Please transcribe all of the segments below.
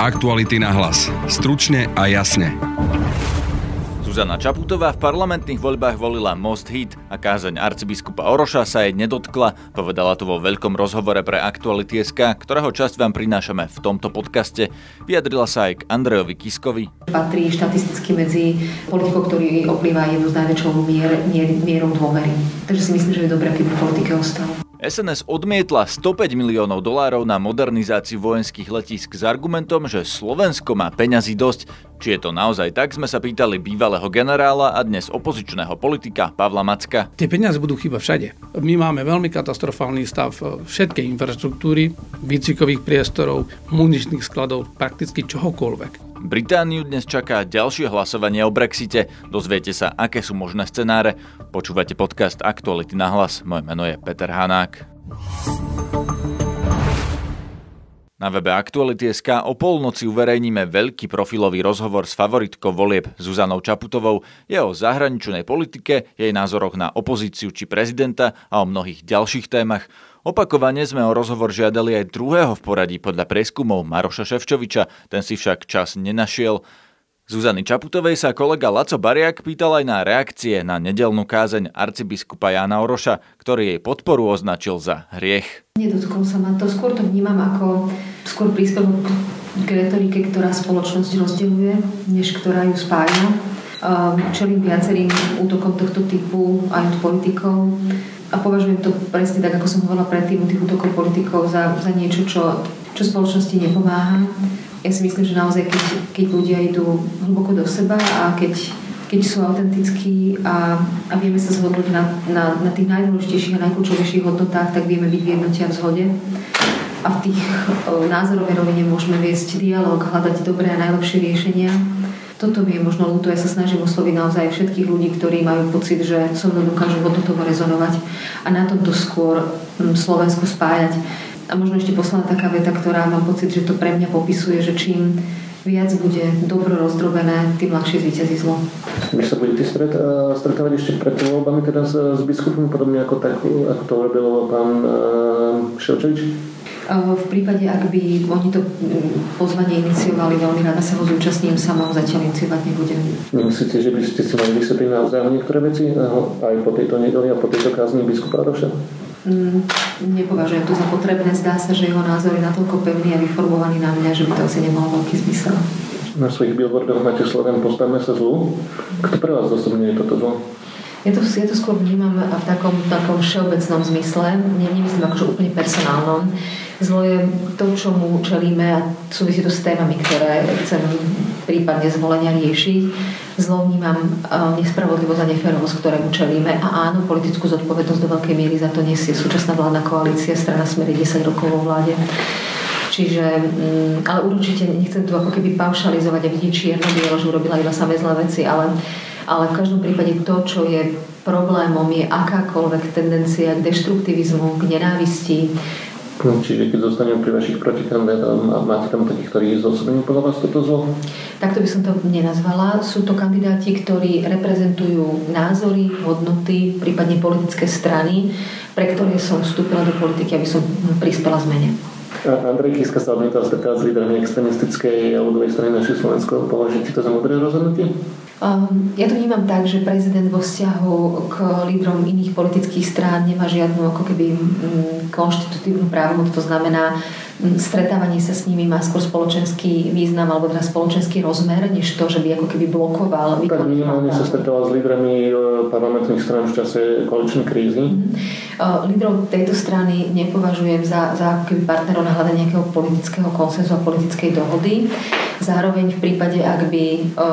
Aktuality na hlas. Stručne a jasne. Zuzana Čaputová v parlamentných voľbách volila Most Hit a kázeň arcibiskupa Oroša sa jej nedotkla, povedala to vo veľkom rozhovore pre Aktuality.sk, ktorého časť vám prinášame v tomto podcaste. Vyjadrila sa aj k Andrejovi Kiskovi. Patrí štatisticky medzi politikov, ktorý oplýva jednu z najväčšou mierou dôvery. Takže si myslím, že je dobré, keby v politike ostal. SNS odmietla $105 miliónov na modernizáciu vojenských letísk s argumentom, že Slovensko má peňazí dosť. Či je to naozaj tak, sme sa pýtali bývalého generála a dnes opozičného politika Pavla Macka. Tie peniaze budú chýbať všade. My máme veľmi katastrofálny stav všetkej infraštruktúry, výcvikových priestorov, muničných skladov, prakticky čohokoľvek. Britániu dnes čaká ďalšie hlasovanie o Brexite. Dozviete sa, aké sú možné scenáre. Počúvate podcast Aktuality na hlas. Moje meno je Peter Hanák. Na webe Aktuality.sk o polnoci uverejníme veľký profilový rozhovor s favoritkou volieb Zuzanou Čaputovou. Je o zahraničnej politike, jej názoroch na opozíciu či prezidenta a o mnohých ďalších témach. Opakovane sme o rozhovor žiadali aj druhého v poradí podľa prieskumov Maroša Šefčoviča, ten si však čas nenašiel. Zuzany Čaputovej sa kolega Laco Bariak pýtal aj na reakcie na nedeľnú kázeň arcibiskupa Jána Oroša, ktorý jej podporu označil za hriech. Nedotkol sa ma to, skôr to vnímam ako skôr príspevok k retorike, ktorá spoločnosť rozdeľuje, než ktorá ju spája. Čelím viacerým útokom tohto typu aj od politikov. A považujem to presne tak, ako som hovorila predtým, tých útokov politikov za niečo, čo spoločnosti nepomáha. Ja si myslím, že naozaj, keď ľudia idú hlboko do seba a keď sú autentickí a vieme sa zhodnúť na tých najdôležitejších a najkľúčovejších hodnotách, tak vieme byť v jednote a v zhode. A v tých názorovej rovine môžeme viesť dialog, hľadať dobré a najlepšie riešenia. Toto mi je možno ľúto, ja sa snažím osloviť naozaj všetkých ľudí, ktorí majú pocit, že so mnou dokážu hodnotovo rezonovať a na tomto skôr Slovensko spájať. A možno ešte posledná taká veta, ktorá mám pocit, že to pre mňa popisuje, že čím viac bude dobro rozdrobené, tým ľahšie zvíťazí zlo. Vy sa budete stretávať ešte pred voľbami teda s biskupom, podobne ako to robil pán Ševčovič? V prípade, ak by oni to pozvanie iniciovali, veľmi rada sa ho zúčastním, sama ho zatiaľ iniciovať nebudem. Nemyslíte, že by ste si mali vysvetliť naozaj niektoré veci aj po tejto nedeli a po tejto kázni biskupa Oroša? Nepovažujem to za potrebné. Zdá sa, že jeho názor je natoľko pevný a vyformovaný na mňa, že by to asi nemalo veľký zmysel. Na svojich billboardoch máte slogan Postavme sa zlu. Kto pre vás osobne je toto zlo? Ja to skôr vnímam v takom všeobecnom zmysle, nemyslím akože úplne personálnom. Zlo je to, čomu čelíme a súvisí to s témami, ktoré chcem prípadne zvolenia riešiť. Zlo vnímam nespravodlivosť a neférovosť, ktorému čelíme. A áno, politickú zodpovednosť do veľkej miery za to nesie súčasná vládna koalícia, strana Smer 10 rokov vo vláde. Čiže, ale určite nechcem tu ako keby paušalizovať a vidieť čierno-bielo, že urobila iba samé zlé veci, ale v každom prípade to, čo je problémom, je akákoľvek tendencia k deštruktivizmu, k nenávisti. Čiže keď zostanem pri vašich protikandidátoch a máte tam takých, ktorí zosobňujú podľa vás toto zlo? Takto by som to nenazvala. Sú to kandidáti, ktorí reprezentujú názory, hodnoty, prípadne politické strany, pre ktoré som vstúpila do politiky, aby som prispela zmene. Andrej Kiska sa odmietal stretávať s lídrami extrémistickej a ľudovej strany Naše Slovensko. Považujete to za múdre rozhodnutie? Ja to vnímam tak, že prezident vo vzťahu k lídrom iných politických strán nemá žiadnu ako keby konštitutívnu právomoc. To znamená, stretávanie sa s nimi má skôr spoločenský význam alebo teda spoločenský rozmer, než to, že by ako keby blokoval. Tak minimálne sa stretával s lídrami parlamentných strán v čase koaličnej krízy. Lídrov tejto strany nepovažujem za keby partnerov na hľadanie nejakého politického konsenzu a politickej dohody. Zároveň v prípade, ak by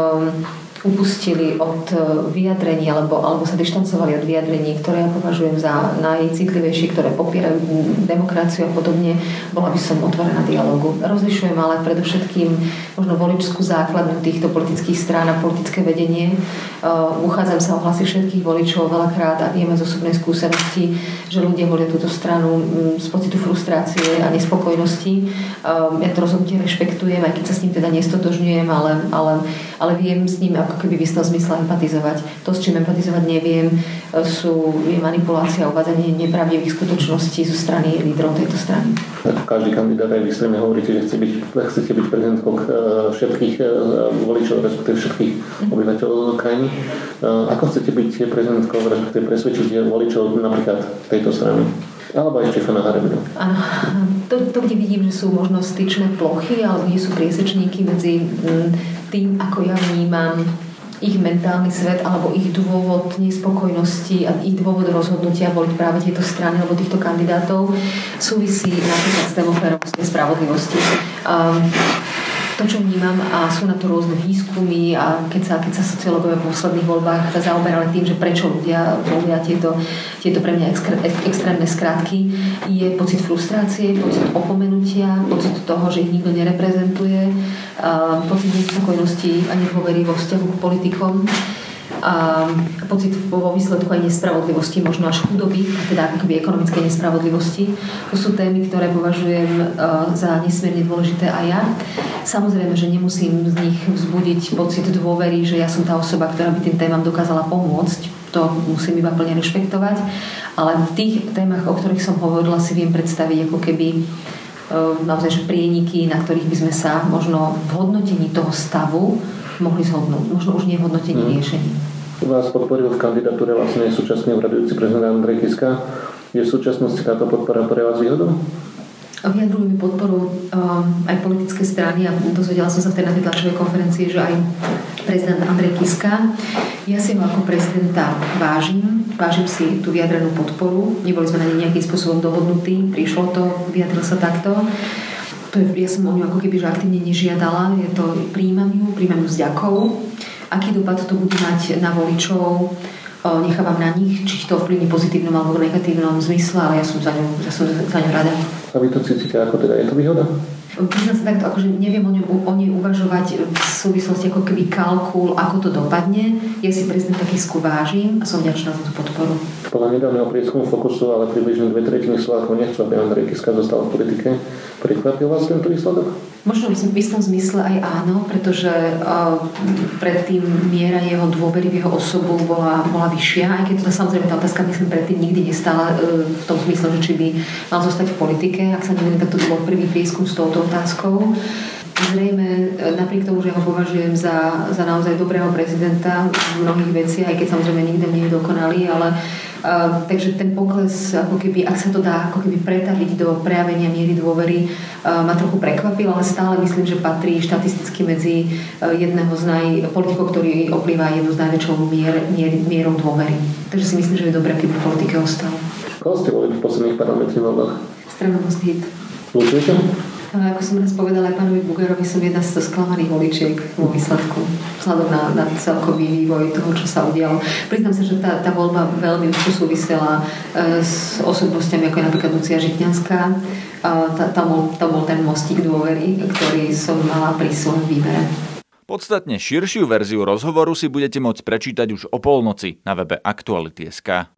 upustili od vyjadrení alebo sa dištancovali od vyjadrení, ktoré ja považujem za najcitlivejšie, ktoré popierajú demokraciu a podobne, bola by som otvorená dialogu. Rozlišujem ale predovšetkým možno voličskú základňu týchto politických strán a politické vedenie. Uchádzam sa o hlasy všetkých voličov veľakrát a vieme z osobnej skúsenosti, že ľudia volia túto stranu z pocitu frustrácie a nespokojnosti. Ja to rozhodnutie rešpektujem, aj keď sa s ním teda nestotožňujem, ale viem s ním ako keby v istom zmysle empatizovať. To, s čím empatizovať neviem, je manipulácia a uvádzanie nepravdivých skutočností zo strany lídrov tejto strany. Ako každý kandidát aj vy extrémne hovoríte, že chcete byť prezidentkou všetkých voličov, respektíve všetkých obyvateľov krajiny. Ako chcete byť prezidentkou, respektíve presvedčiť voličov napríklad tejto strany? Alebo aj Štefana Harabina. Áno, to, kde vidím, že sú možno styčné plochy, alebo kde sú priesečníky medzi tým, ako ja vnímam ich mentálny svet, alebo ich dôvod nespokojnosti a ich dôvod rozhodnutia voliť práve tieto strany alebo týchto kandidátov, súvisí napríklad s témou férovosti a spravodlivosti. To, čo vnímam, a sú na to rôzne výskumy a keď sa sociológovia v posledných voľbách zaoberali tým, že prečo ľudia volia tieto pre mňa extrémne skratky, je pocit frustrácie, pocit opomenutia, pocit toho, že ich nikto nereprezentuje, pocit nespokojnosti a nedôvery vo vzťahu k politikom, a pocit vo výsledku aj nespravodlivosti, možno až chudoby, teda akoby ekonomickej nespravodlivosti. To sú témy, ktoré považujem za nesmierne dôležité aj ja. Samozrejme, že nemusím z nich vzbudiť pocit dôvery, že ja som tá osoba, ktorá by tým témam dokázala pomôcť. To musím iba plne rešpektovať. Ale v tých témach, o ktorých som hovorila, si viem predstaviť ako keby naozaj že prieniky, na ktorých by sme sa možno v hodnotení toho stavu mohli zhodnúť. Možno už nie v hodnotení riešení. Vás podporil v kandidatúre vlastne súčasný úradujúci prezident Andrej Kiska. Je v súčasnosti táto podpora pre vás výhodou? Vyjadrujú mi podporu aj politické strany a dozvedela som sa v tej tlačovej konferencii, že aj prezident Andrej Kiska. Ja si ho ako prezidenta vážim si tú vyjadrenú podporu. Neboli sme na nej nejakým spôsobom dohodnutí, prišlo to, vyjadril sa takto. Ja som o ňu ako keby že aktívne nežiadala, prijímam ju s ďakou. Aký dopad to bude mať na voličov, nechávam na nich, či to vplyvní pozitívnom alebo negatívnom zmysle, ale ja som za ňu rada. A vy to cítite ako teda? Je to výhoda? Priznám sa takto, akože neviem o nej uvažovať v súvislosti ako keby kalkul, ako to dopadne. Ja si prezidenta Kisku vážim a som vďačná za tú podporu. Podľa nedávneho prieskumu Fokusu, ale približne 2/3 Slovákov nechcú, aby Andrej Kiska zostal v politike. Prekvapil vás tento výsledok? Možno v istom zmysle aj áno, pretože predtým miera jeho dôvery v jeho osobu bola vyššia, aj keď to samozrejme tá otázka myslím predtým nikdy nestála v tom zmysle, že či by mal zostať v politike. Ak sa neviem, tak to bol prvý prieskum s touto otázkou. Zrejme, napriek tomu, že ho považujem za naozaj dobrého prezidenta v mnohých veciach, aj keď samozrejme nikto nie je dokonalý, ale takže ten pokles, ako keby, ak sa to dá ako keby pretaviť do prejavenia miery dôvery, ma trochu prekvapil, ale stále myslím, že patrí štatisticky medzi jedného z politikov, ktorý oplýva jednu z najväčšou mierou dôvery. Takže si myslím, že je dobré, keby v politike ostal. Koho ste volili v posledných parlamentných voľbách? Stranu Most Hit. Ľutujete? Ale ako som raz povedala aj pánovi Bugarovi, som jedna z sklamaných voličiek vo výsledku vzhľadom na celkový vývoj toho, čo sa udialo. Priznám sa, že tá voľba veľmi už súvisela s osobnostiami, ako je napríklad Lucia Žitňanská. Tam bol ten mostík dôvery, ktorý som mala pri svojom výbere. Podstatne širšiu verziu rozhovoru si budete môcť prečítať už o polnoci na webe Aktuality.sk.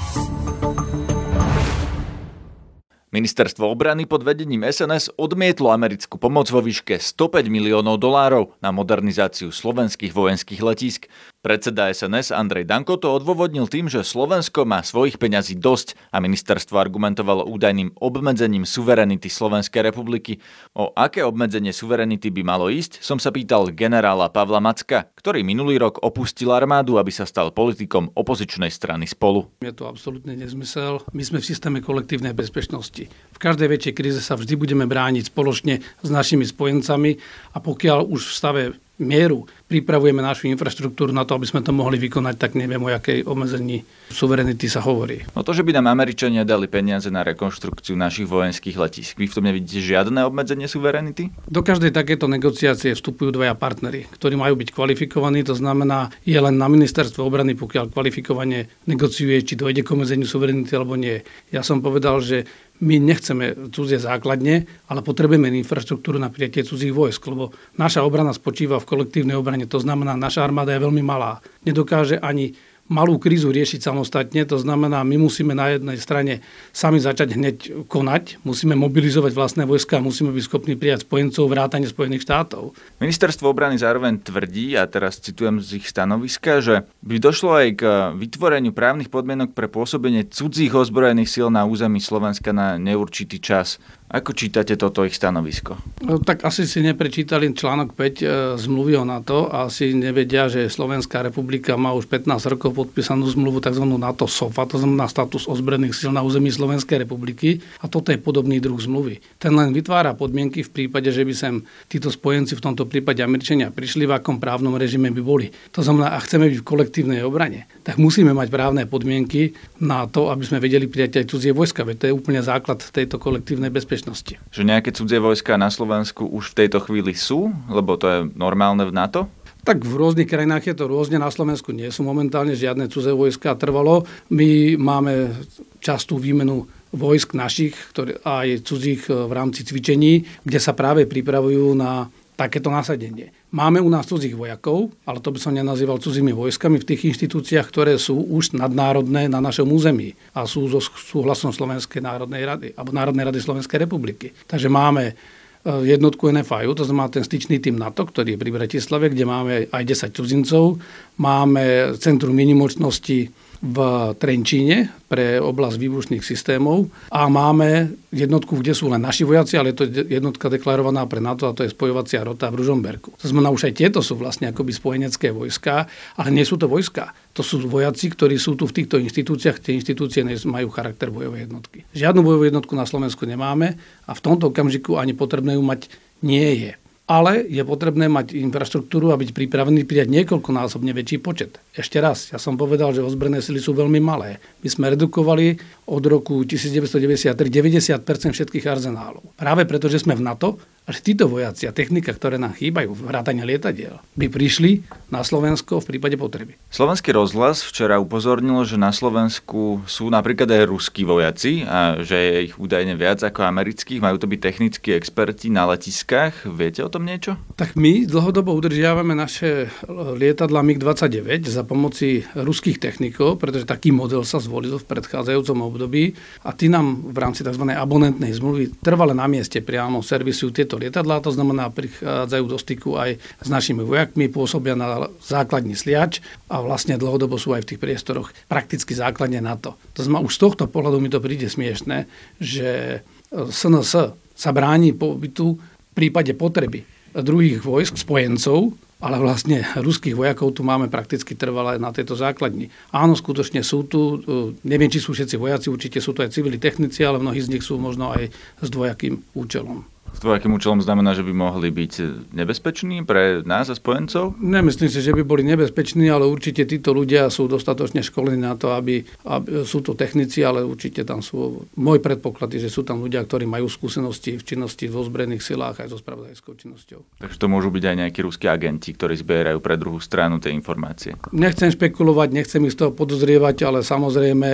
Ministerstvo obrany pod vedením SNS odmietlo americkú pomoc vo výške $105 miliónov na modernizáciu slovenských vojenských letísk. Predseda SNS Andrej Danko to odôvodnil tým, že Slovensko má svojich peňazí dosť a ministerstvo argumentovalo údajným obmedzením suverenity Slovenskej republiky. O aké obmedzenie suverenity by malo ísť, som sa pýtal generála Pavla Macka, ktorý minulý rok opustil armádu, aby sa stal politikom opozičnej strany Spolu. Je to absolútne nezmysel. My sme v systéme kolektívnej bezpečnosti. V každej väčšej kríze sa vždy budeme brániť spoločne s našimi spojencami a pokiaľ už v stave mieru pripravujeme našu infraštruktúru na to, aby sme to mohli vykonať, tak neviem, o jakej obmedzení suverenity sa hovorí. No to, že by nám Američania dali peniaze na rekonštrukciu našich vojenských letísk, vy v tom nevidíte žiadne obmedzenie suverenity? Do každej takéto negociácie vstupujú dvaja partneri, ktorí majú byť kvalifikovaní, to znamená, je len na ministerstvo obrany, pokiaľ kvalifikovane negociuje, či dojde k obmedzeniu suverenity alebo nie. Ja som povedal, že my nechceme cudzie základne, ale potrebujeme infraštruktúru na prijatie cudzích vojsk, lebo naša obrana spočíva v kolektívnej obrane. To znamená, naša armáda je veľmi malá. Nedokáže ani malú krízu riešiť samostatne. To znamená, my musíme na jednej strane sami začať hneď konať, musíme mobilizovať vlastné vojska, musíme byť schopní prijať spojencov vrátane Spojených štátov. Ministerstvo obrany zároveň tvrdí, a teraz citujem z ich stanoviska, že by došlo aj k vytvoreniu právnych podmienok pre pôsobenie cudzích ozbrojených síl na území Slovenska na neurčitý čas. Ako čítate toto ich stanovisko? No, tak asi si neprečítali článok 5 zmluvy o NATO a asi nevedia, že Slovenská republika má už 15 rokov podpísanú zmluvu tzv. NATO SOFA, to znamená status ozbrojených síl na území Slovenskej republiky, a toto je podobný druh zmluvy. Ten len vytvára podmienky v prípade, že by sem títo spojenci, v tomto prípade Američania, prišli, v akom právnom režime by boli. To znamená, ak chceme byť v kolektívnej obrane, tak musíme mať právne podmienky na to, aby sme vedeli prijať aj cudzie vojska, veď to je úplne základ tejto kolektívnej bezpečnosti. Že nejaké cudzie vojska na Slovensku už v tejto chvíli sú, lebo to je normálne v NATO? Tak v rôznych krajinách je to rôzne, na Slovensku nie sú momentálne žiadne cudzie vojska trvalo. My máme častú výmenu vojsk našich, aj cudzích v rámci cvičení, kde sa práve pripravujú na takéto nasadenie. Máme u nás cudzích vojakov, ale to by som nenazýval cudzími vojskami v tých inštitúciách, ktoré sú už nadnárodné na našom území a sú so súhlasom Slovenskej národnej rady alebo Národnej rady Slovenskej republiky. Takže máme jednotku NFIU, to znamená ten styčný tým NATO, ktorý je pri Bratislave, kde máme aj 10 cudzincov. Máme centrum výnimočnosti v Trenčíne pre oblasť výbušných systémov a máme jednotku, kde sú len naši vojaci, ale to je jednotka deklarovaná pre NATO a to je spojovacia rota v Ružomberku. To znamená, už aj tieto sú vlastne akoby spojenecké vojská, ale nie sú to vojská. To sú vojaci, ktorí sú tu v týchto inštitúciách. Tie inštitúcie majú charakter bojovej jednotky. Žiadnu bojovú jednotku na Slovensku nemáme a v tomto okamžiku ani potrebné ju mať nie je. Ale je potrebné mať infraštruktúru a byť pripravený prijať niekoľkonásobne väčší počet. Ešte raz, ja som povedal, že ozbrojené sily sú veľmi malé. My sme redukovali od roku 1993 90% všetkých arzenálov. Práve preto, že sme v NATO, ale títo vojaci a technika, ktoré nám chýbajú, vrátane lietadiel, by prišli na Slovensko v prípade potreby. Slovenský rozhlas včera upozornil, že na Slovensku sú napríklad aj ruskí vojaci a že je ich údajne viac ako amerických. Majú to byť technickí experti na letiskách. Viete o tom niečo? Tak my dlhodobo udržiavame naše lietadla MiG-29 za pomoci ruských technikov, pretože taký model sa zvolil v predchádzajúcom období a tí nám v rámci tzv. Abonentnej zmluvy trvale na mieste priamo servisujú tieto lietadlá, to znamená, prichádzajú do styku aj s našimi vojakmi, pôsobia na základni Sliač a vlastne dlhodobo sú aj v tých priestoroch prakticky základne NATO. To znamená, už z tohto pohľadu mi to príde smiešné, že SNS sa bráni pobytu v prípade potreby druhých vojsk, spojencov, ale vlastne ruských vojakov tu máme prakticky trvalé na tejto základni. Áno, skutočne sú tu, neviem, či sú všetci vojaci, určite sú tu aj civili technici, ale mnohí z nich sú možno aj s dvojakým účelom. S dvojakým účelom znamená, že by mohli byť nebezpeční pre nás a spojencov? Nemyslím si, že by boli nebezpeční, ale určite títo ľudia sú dostatočne školení na to, aby sú to technici, ale určite tam sú, môj predpoklad je, že sú tam ľudia, ktorí majú skúsenosti v činnosti v ozbrojených silách aj so spravodajskou činnosťou. Takže to môžu byť aj nejakí ruskí agenti, ktorí zbierajú pre druhú stranu tie informácie. Nechcem špekulovať, nechcem ich z toho podozrievať, ale samozrejme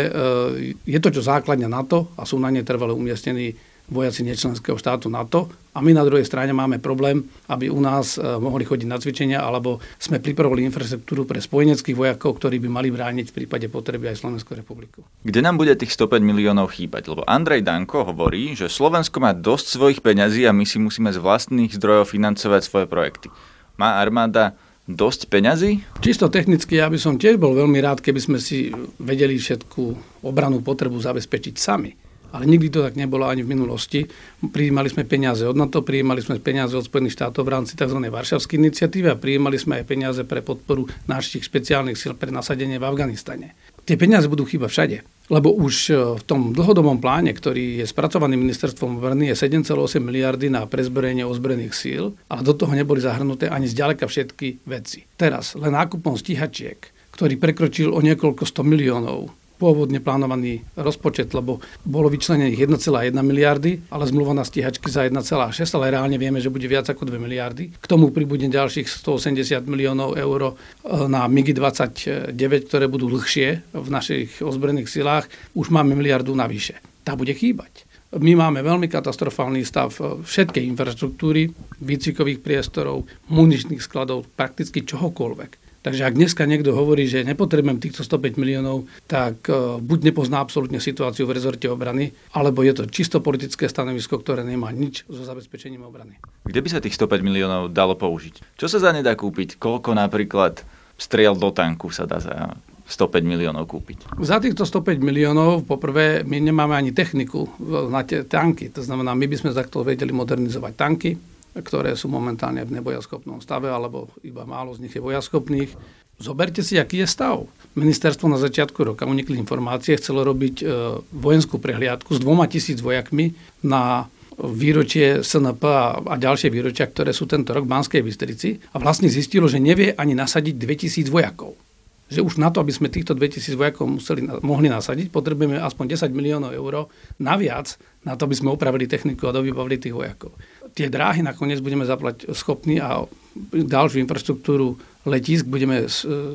je to čo základňa NATO a sú na ne trvale umiestnení vojaci nečlenského štátu NATO a my na druhej strane máme problém, aby u nás mohli chodiť na cvičenia alebo sme pripravili infraštruktúru pre spojeneckých vojakov, ktorí by mali brániť v prípade potreby aj Slovenskú republiku. Kde nám bude tých 105 miliónov chýbať? Lebo Andrej Danko hovorí, že Slovensko má dosť svojich peňazí a my si musíme z vlastných zdrojov financovať svoje projekty. Má armáda dosť peňazí? Čisto technicky ja by som tiež bol veľmi rád, keby sme si vedeli všetku obranú potrebu zabezpečiť sami. Ale nikdy to tak nebolo ani v minulosti. Prijímali sme peniaze od NATO, prijímali sme peniaze od Spojených štátov v rámci tzv. Varšavskej iniciatívy a prijímali sme aj peniaze pre podporu našich špeciálnych síl pre nasadenie v Afganistane. Tie peniaze budú chýbať všade, lebo už v tom dlhodobom pláne, ktorý je spracovaný ministerstvom obrany, je 7,8 miliardy na prezbrojenie ozbrojených síl, ale do toho neboli zahrnuté ani zďaleka všetky veci. Teraz len nákupom stíhačiek, ktorý prekročil o niekoľko 100 miliónov pôvodne plánovaný rozpočet, lebo bolo vyčlenených 1,1 miliardy, ale zmluva na stíhačky za 1,6, ale reálne vieme, že bude viac ako 2 miliardy. K tomu pribudne ďalších 180 miliónov eur na MiG-29, ktoré budú dlhšie v našich ozbrojených silách. Už máme miliardu navyše. Tá bude chýbať. My máme veľmi katastrofálny stav všetkej infraštruktúry, výcvikových priestorov, muničných skladov, prakticky čohokoľvek. Takže ak dneska niekto hovorí, že nepotrebujem týchto 105 miliónov, tak buď nepozná absolútne situáciu v rezorte obrany, alebo je to čisto politické stanovisko, ktoré nemá nič so zabezpečením obrany. Kde by sa tých 105 miliónov dalo použiť? Čo sa za ne dá kúpiť? Koľko napríklad striel do tanku sa dá za 105 miliónov kúpiť? Za týchto 105 miliónov, poprvé, my nemáme ani techniku na tie tanky. To znamená, my by sme takto vedeli modernizovať tanky, ktoré sú momentálne v nebojaschopnom stave, alebo iba málo z nich je bojaschopných. Zoberte si, aký je stav. Ministerstvo na začiatku roka unikli informácie, chcelo robiť vojenskú prehliadku s 2000 vojakmi na výročie SNP a ďalšie výročia, ktoré sú tento rok v Banskej Bystrici, a vlastne zistilo, že nevie ani nasadiť 2000 vojakov. Že už na to, aby sme týchto 2000 vojakov mohli nasadiť, potrebujeme aspoň 10 miliónov eur naviac na to, aby sme opravili techniku a dovybavili tých vojakov. Tie dráhy nakoniec budeme zaplať schopní a ďalšiu infraštruktúru letísk budeme,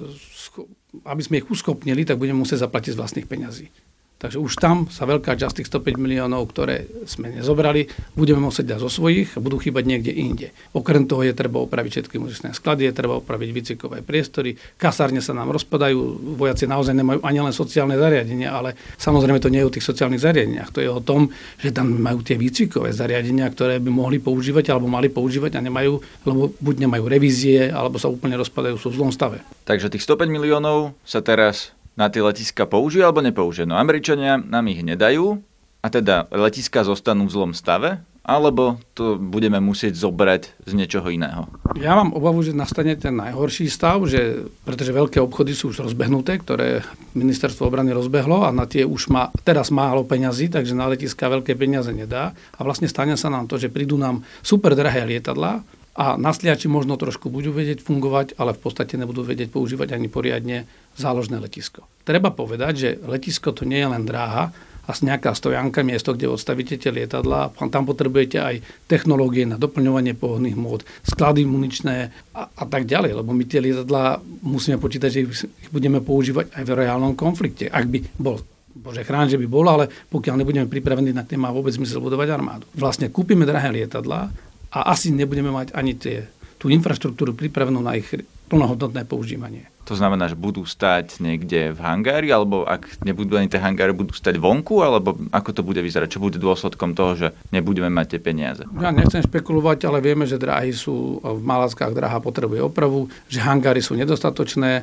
aby sme ich uschopnili, tak budeme musieť zaplatiť z vlastných peňazí. Takže už tam sa veľká časť tých 105 miliónov, ktoré sme nezobrali, budeme musieť dať zo svojich a budú chýbať niekde inde. Okrem toho je treba opraviť všetky muničné sklady, je treba opraviť výcvikové priestory, kasárne sa nám rozpadajú, vojaci naozaj nemajú ani len sociálne zariadenia, ale samozrejme to nie je o tých sociálnych zariadeniach. To je o tom, že tam majú tie výcvikové zariadenia, ktoré by mohli používať alebo mali používať a nemajú, lebo buď nemajú revízie, alebo sa úplne rozpadajú, sú v zlom stave. Takže tých 105 miliónov sa teraz na tie letiska použije alebo nepoužije? No Američania nám ich nedajú a teda letiska zostanú v zlom stave, alebo to budeme musieť zobrať z niečoho iného? Ja mám obavu, že nastane ten najhorší stav, pretože veľké obchody sú už rozbehnuté, ktoré ministerstvo obrany rozbehlo a na tie už má teraz málo peňazí, takže na letiska veľké peniaze nedá a vlastne stane sa nám to, že prídu nám super drahé lietadlá, a nasliači možno trošku budú vedieť fungovať, ale v podstate nebudú vedieť používať ani poriadne záložné letisko. Treba povedať, že letisko to nie je len dráha a nejaká stojanka, miesto, kde odstavíte tie lietadlá. Tam potrebujete aj technológie na doplňovanie pohodných mód, sklady muničné a tak ďalej, lebo my tie lietadlá musíme počítať, že ich budeme používať aj v reálnom konflikte. Ak by bol, bože chrán, že by bolo, ale pokiaľ nebudeme pripravení, tak nemá vôbec zmysel budovať armádu. Vlastne kúpime drahé lietadlá a asi nebudeme mať ani tú infraštruktúru pripravenú na ich plnohodnotné používanie. To znamená, že budú stať niekde v hangári, alebo ak nebudú ani tie hangári, budú stať vonku, alebo ako to bude vyzerať? Čo bude dôsledkom toho, že nebudeme mať tie peniaze? Ja nechcem špekulovať, ale vieme, že dráhy sú v Malackách, dráha potrebuje opravu, že hangári sú nedostatočné,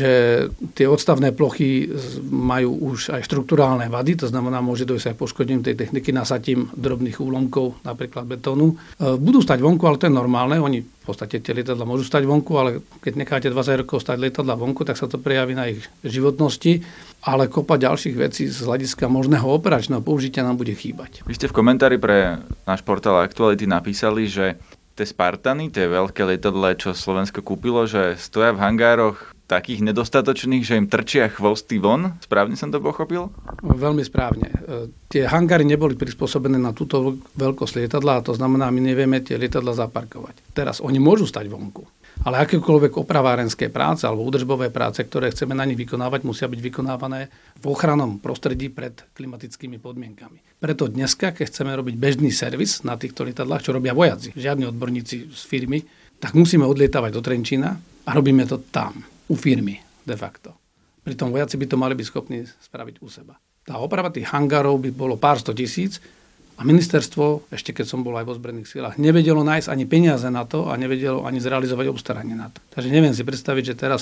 že tie odstavné plochy majú už aj štrukturálne vady, to znamená, môže dojsť aj poškodením tej techniky nasatím drobných úlomkov, napríklad betónu. Budú stať vonku, ale to je normálne, oni v podstate tie lietadlá môžu stať vonku, ale keď necháte 20 rokov stať lietadlá vonku, tak sa to prejaví na ich životnosti, ale kopa ďalších vecí z hľadiska možného operačného použitia nám bude chýbať. Vy ste v komentári pre náš portál Aktuality napísali, že tie Spartany, tie veľké lietadlá, čo Slovensko kúpilo, že stoja v hangároch takých nedostatočných, že im trčia chvosty von? Správne som to pochopil? Veľmi správne. Tie hangáry neboli prispôsobené na túto veľkosť lietadla a to znamená, my nevieme tie lietadla zaparkovať. Teraz oni môžu stať vonku, ale akékoľvek opravárenské práce alebo údržbové práce, ktoré chceme na nich vykonávať, musia byť vykonávané v ochrannom prostredí pred klimatickými podmienkami. Preto dneska, keď chceme robiť bežný servis na týchto lietadlách, čo robia vojaci, žiadni odborníci z firmy, tak musíme odlietávať do Trenčína a robíme to tam, u firmy de facto. Pritom vojaci by to mali byť schopní spraviť u seba. Tá oprava tých hangárov by bolo pár 100 000 a ministerstvo, ešte keď som bol aj vo zbrojných silách, nevedelo nájsť ani peniaze na to a nevedelo ani zrealizovať obstaranie na to. Takže neviem si predstaviť, že teraz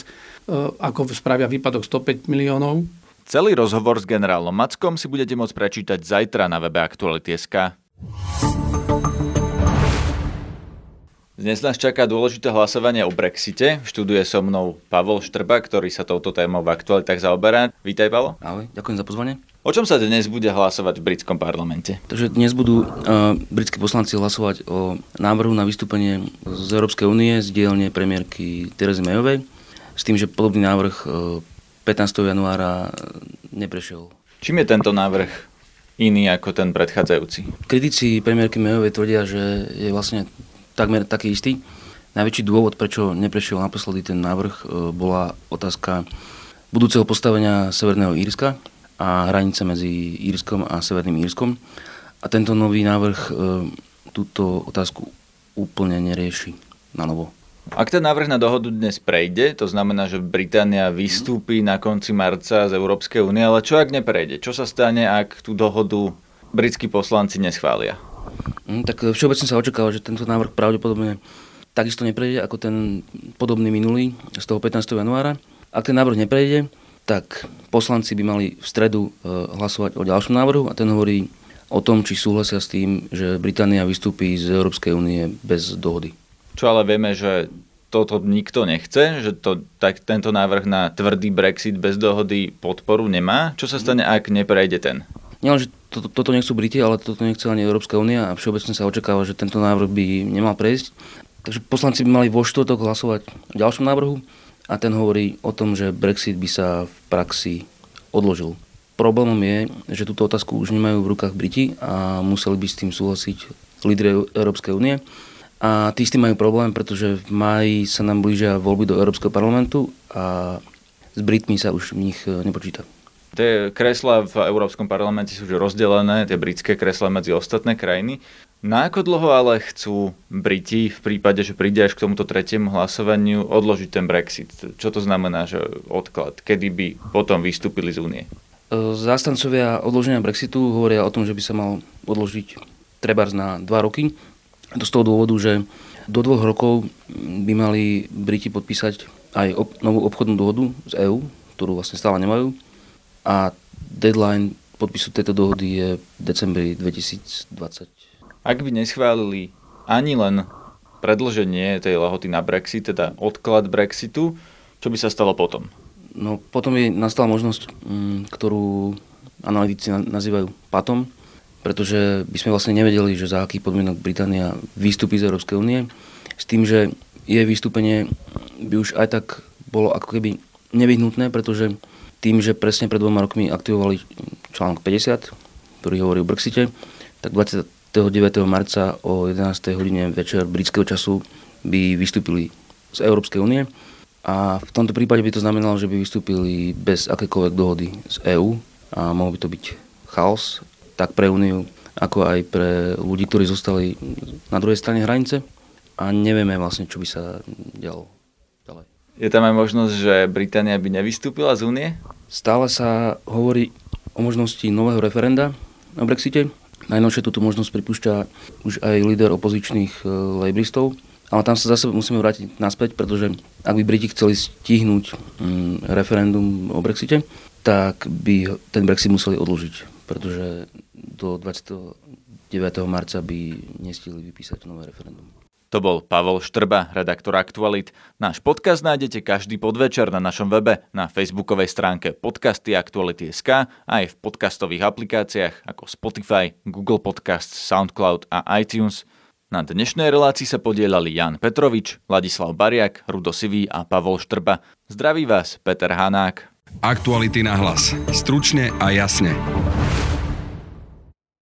ako spravia výpadok 105 miliónov. Celý rozhovor s generálom Mackom si budete môcť prečítať zajtra na webe Aktuality.sk. Dnes nás čaká dôležité hlasovanie o Brexite. Študuje so mnou Pavol Štrba, ktorý sa touto témou v Aktualitách zaoberá. Vítaj, Pavol. Ahoj, ďakujem za pozvanie. O čom sa dnes bude hlasovať v britskom parlamente? Takže dnes budú britskí poslanci hlasovať o návrhu na vystúpenie z Európskej únie z dielne premiérky Terezy Mayovej, s tým, že podobný návrh 15. januára neprešiel. Čím je tento návrh iný ako ten predchádzajúci? Kritici premiérky Mayovej tvrdia, že je vlastne takmer taký istý. Najväčší dôvod, prečo neprešiel naposledy ten návrh, bola otázka budúceho postavenia Severného Írska a hranice medzi Írskom a Severným Írskom. A tento nový návrh túto otázku úplne nerieši na novo. Ak ten návrh na dohodu dnes prejde, to znamená, že Británia vystúpi na konci marca z Európskej únie, ale čo ak neprejde? Čo sa stane, ak tú dohodu britskí poslanci neschvália? Tak všeobecne sa očakáva, že tento návrh pravdepodobne takisto neprejde ako ten podobný minulý z toho 15. januára. Ak ten návrh neprejde, tak poslanci by mali v stredu hlasovať o ďalšom návrhu a ten hovorí o tom, či súhlasia s tým, že Británia vystúpi z Európskej únie bez dohody. Čo ale vieme, že toto nikto nechce, že tento návrh na tvrdý Brexit bez dohody podporu nemá. Čo sa stane, ak neprejde ten? Nielen, že toto nechcú Briti, ale toto nechce ani Európska únia a všeobecne sa očakáva, že tento návrh by nemal prejsť. Takže poslanci by mali vo štvrtok hlasovať o ďalšom návrhu a ten hovorí o tom, že Brexit by sa v praxi odložil. Problémom je, že túto otázku už nemajú v rukách Briti a museli by s tým súhlasiť lídri Európskej únie. A tí s tým majú problém, pretože v máji sa nám blížia voľby do Európskeho parlamentu a s Britmi sa už v nich nepočíta. Tie kreslá v Európskom parlamente sú už rozdelené, tie britské kreslá medzi ostatné krajiny. Na ako dlho ale chcú Briti v prípade, že príde až k tomuto tretiemu hlasovaniu odložiť ten Brexit? Čo to znamená, že odklad? Kedy by potom vystúpili z únie? Zástancovia odloženia Brexitu hovoria o tom, že by sa mal odložiť trebárs na 2 roky. To z toho dôvodu, že do 2 rokov by mali Briti podpísať aj novú obchodnú dohodu z EÚ, ktorú vlastne stále nemajú. A deadline podpisu tejto dohody je v decembri 2020. Ak by neschválili ani len predĺženie tej lehoty na Brexit, teda odklad Brexitu, čo by sa stalo potom? No potom by nastala možnosť, ktorú analytici nazývajú patom, pretože by sme vlastne nevedeli, že za akých podmienok Británia vystúpi z Európskej únie, s tým, že jej vystúpenie by už aj tak bolo ako keby nevyhnutné, pretože tým, že presne pred 2 rokmi aktivovali článok 50, ktorý hovorí o Brexite, tak 29. marca o 11. hodine večer britského času by vystúpili z Európskej únie a v tomto prípade by to znamenalo, že by vystúpili bez akékoľvek dohody z EÚ a mohol by to byť chaos, tak pre Úniu, ako aj pre ľudí, ktorí zostali na druhej strane hranice a nevieme vlastne, čo by sa dialo ďalej. Je tam aj možnosť, že Británia by nevystúpila z únie? Stále sa hovorí o možnosti nového referenda o Brexite. Najnovšie túto možnosť pripúšťa už aj líder opozičných lejbristov, ale tam sa zase musíme vrátiť naspäť, pretože ak by Briti chceli stihnúť referendum o Brexite, tak by ten Brexit museli odložiť, pretože do 29. marca by nestihli vypísať nové referendum. To bol Pavol Štrba, redaktor Aktualit. Náš podcast nájdete každý podvečer na našom webe, na facebookovej stránke podcasty Aktuality.sk a aj v podcastových aplikáciách ako Spotify, Google Podcasts, SoundCloud a iTunes. Na dnešnej relácii sa podieľali Jan Petrovič, Ladislav Bariak, Rudo Sivý a Pavol Štrba. Zdraví vás Peter Hanák. Aktuality na hlas. Stručne a jasne.